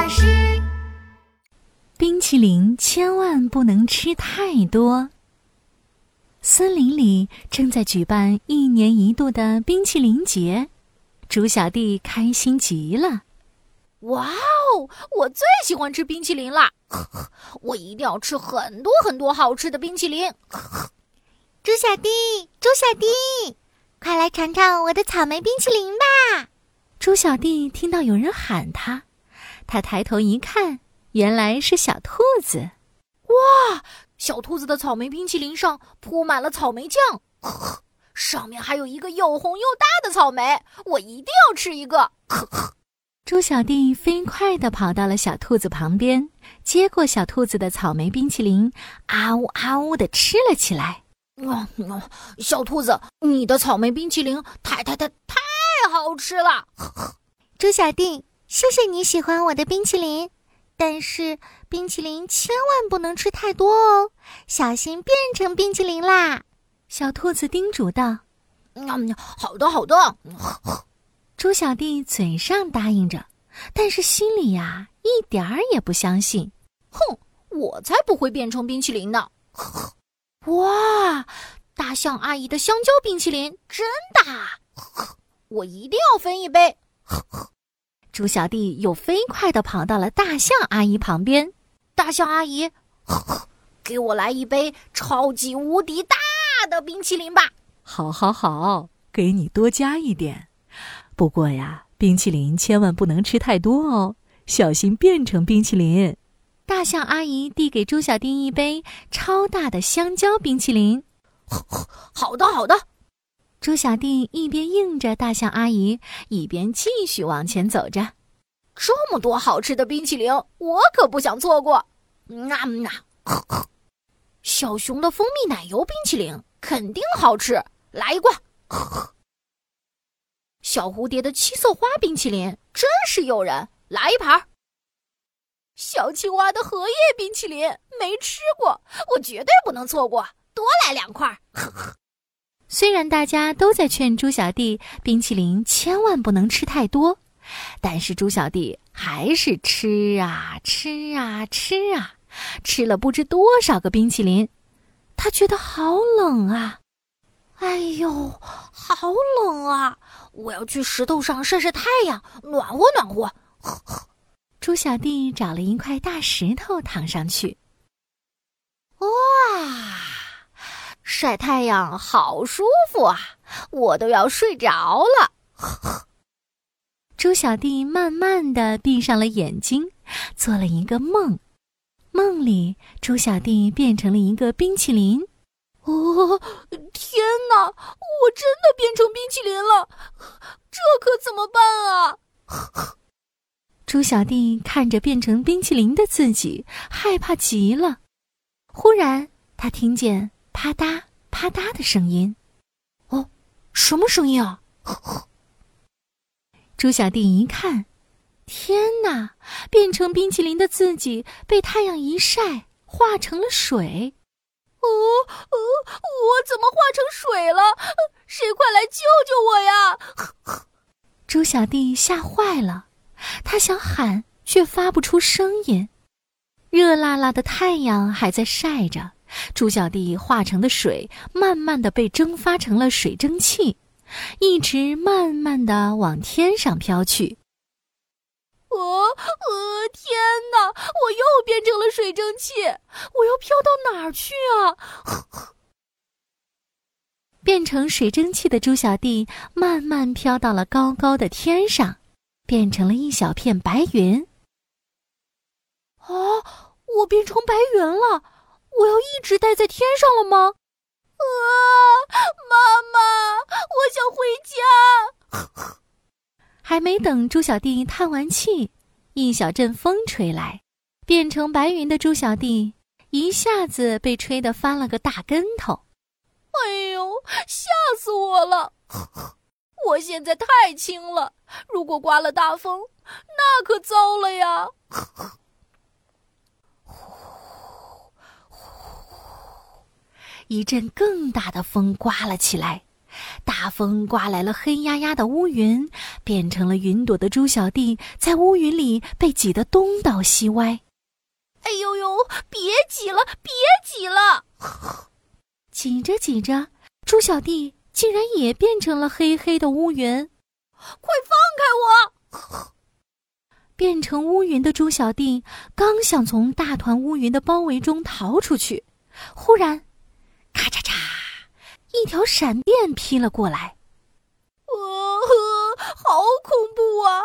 巴士。 冰淇淋千万不能吃太多。森林里正在举办1年1度的冰淇淋节，猪小弟开心极了。 哇哦，我最喜欢吃冰淇淋了！我一定要吃很多很多好吃的冰淇淋。 猪小弟，猪小弟，快来尝尝我的草莓冰淇淋吧！ 猪小弟听到有人喊他，他抬头一看，原来是小兔子。 哇，小兔子的草莓冰淇淋上铺满了草莓酱，上面还有一个又红又大的草莓，我一定要吃一个。 猪小弟飞快地跑到了小兔子旁边，接过小兔子的草莓冰淇淋，啊呜啊呜地吃了起来。 小兔子，你的草莓冰淇淋太好吃了！ 猪小弟，谢谢你喜欢我的冰淇淋，但是冰淇淋千万不能吃太多哦，小心变成冰淇淋啦！ 小兔子叮嘱道。 好的。 猪小弟嘴上答应着，但是心里呀，一点儿也不相信。 哼，我才不会变成冰淇淋呢！哇，大象阿姨的香蕉冰淇淋真大，我一定要分一杯。 猪小弟又飞快地跑到了大象阿姨旁边。 大象阿姨，给我来一杯超级无敌大的冰淇淋吧！ 好，给你多加一点。不过呀，冰淇淋千万不能吃太多哦，小心变成冰淇淋。大象阿姨递给猪小弟一杯超大的香蕉冰淇淋。 好的。 猪小弟一边应着大象阿姨，一边继续往前走着。 这么多好吃的冰淇淋，我可不想错过。小熊的蜂蜜奶油冰淇淋肯定好吃，来一罐。小蝴蝶的七色花冰淇淋真是诱人，来一盘。小青蛙的荷叶冰淇淋没吃过，我绝对不能错过，多来2块。 虽然大家都在劝猪小弟冰淇淋千万不能吃太多，但是猪小弟还是吃了不知多少个冰淇淋。他觉得好冷啊！ 哎呦，好冷啊！我要去石头上晒晒太阳，暖和。 猪小弟找了一块大石头躺上去。 哇，晒太阳好舒服啊，我都要睡着了。 猪小弟慢慢地闭上了眼睛，做了一个梦。梦里，猪小弟变成了一个冰淇淋。 哦，天哪！我真的变成冰淇淋了，这可怎么办啊？ 猪小弟看着变成冰淇淋的自己，害怕极了。忽然，他听见啪嗒啪嗒的声音。 哦，什么声音啊？ 猪小弟一看，天哪！变成冰淇淋的自己被太阳一晒，化成了水。 我怎么化成水了？谁快来救救我呀！ 猪小弟吓坏了，他想喊，却发不出声音。热辣辣的太阳还在晒着，猪小弟化成的水慢慢地被蒸发成了水蒸气，一直慢慢地往天上飘去。 天哪！我又变成了水蒸气，我要飘到哪儿去啊？ 变成水蒸气的猪小弟慢慢飘到了高高的天上，变成了一小片白云。 我变成白云了，我要一直待在天上了吗？妈妈，我想回家。 还没等猪小弟叹完气，一小阵风吹来，变成白云的猪小弟一下子被吹得翻了个大跟头。 哎呦，吓死我了！我现在太轻了，如果刮了大风，那可糟了呀！ 一阵更大的风刮了起来， 大风刮来了黑压压的乌云，变成了云朵的猪小弟在乌云里被挤得东倒西歪。 哎呦呦，别挤了，别挤了！ 挤着挤着，猪小弟竟然也变成了黑黑的乌云。 快放开我！ 变成乌云的猪小弟刚想从大团乌云的包围中逃出去，忽然，咔嚓嚓，一条闪电劈了过来。 好恐怖啊！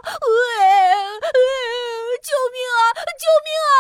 救命啊！救命啊！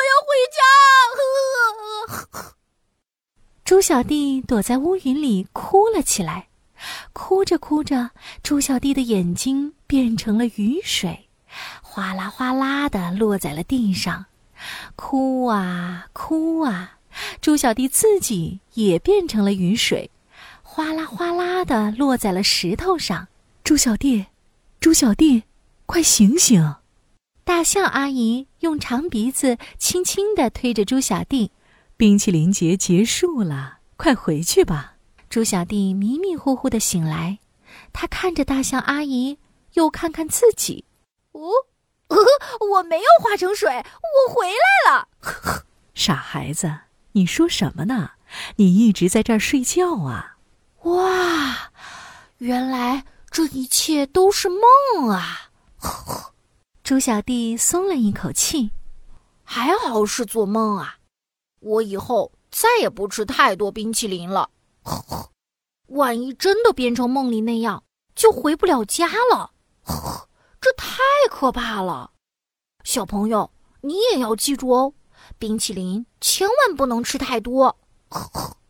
我要回家！ 猪小弟躲在乌云里哭了起来，哭着哭着，猪小弟的眼睛变成了雨水，哗啦哗啦地落在了地上。哭啊哭啊，猪小弟自己也变成了雨水，哗啦哗啦地落在了石头上。猪小弟，猪小弟，快醒醒！大象阿姨用长鼻子轻轻地推着猪小弟。冰淇淋节结束了，快回去吧。猪小弟迷迷糊糊地醒来，他看着大象阿姨，又看看自己。 我没有化成水，我回来了。 傻孩子，你说什么呢？你一直在这儿睡觉啊。 哇，原来这一切都是梦啊！ 猪小弟松了一口气， 还好是做梦啊，我以后再也不吃太多冰淇淋了。万一真的变成梦里那样，就回不了家了。这太可怕了！小朋友，你也要记住哦，冰淇淋千万不能吃太多。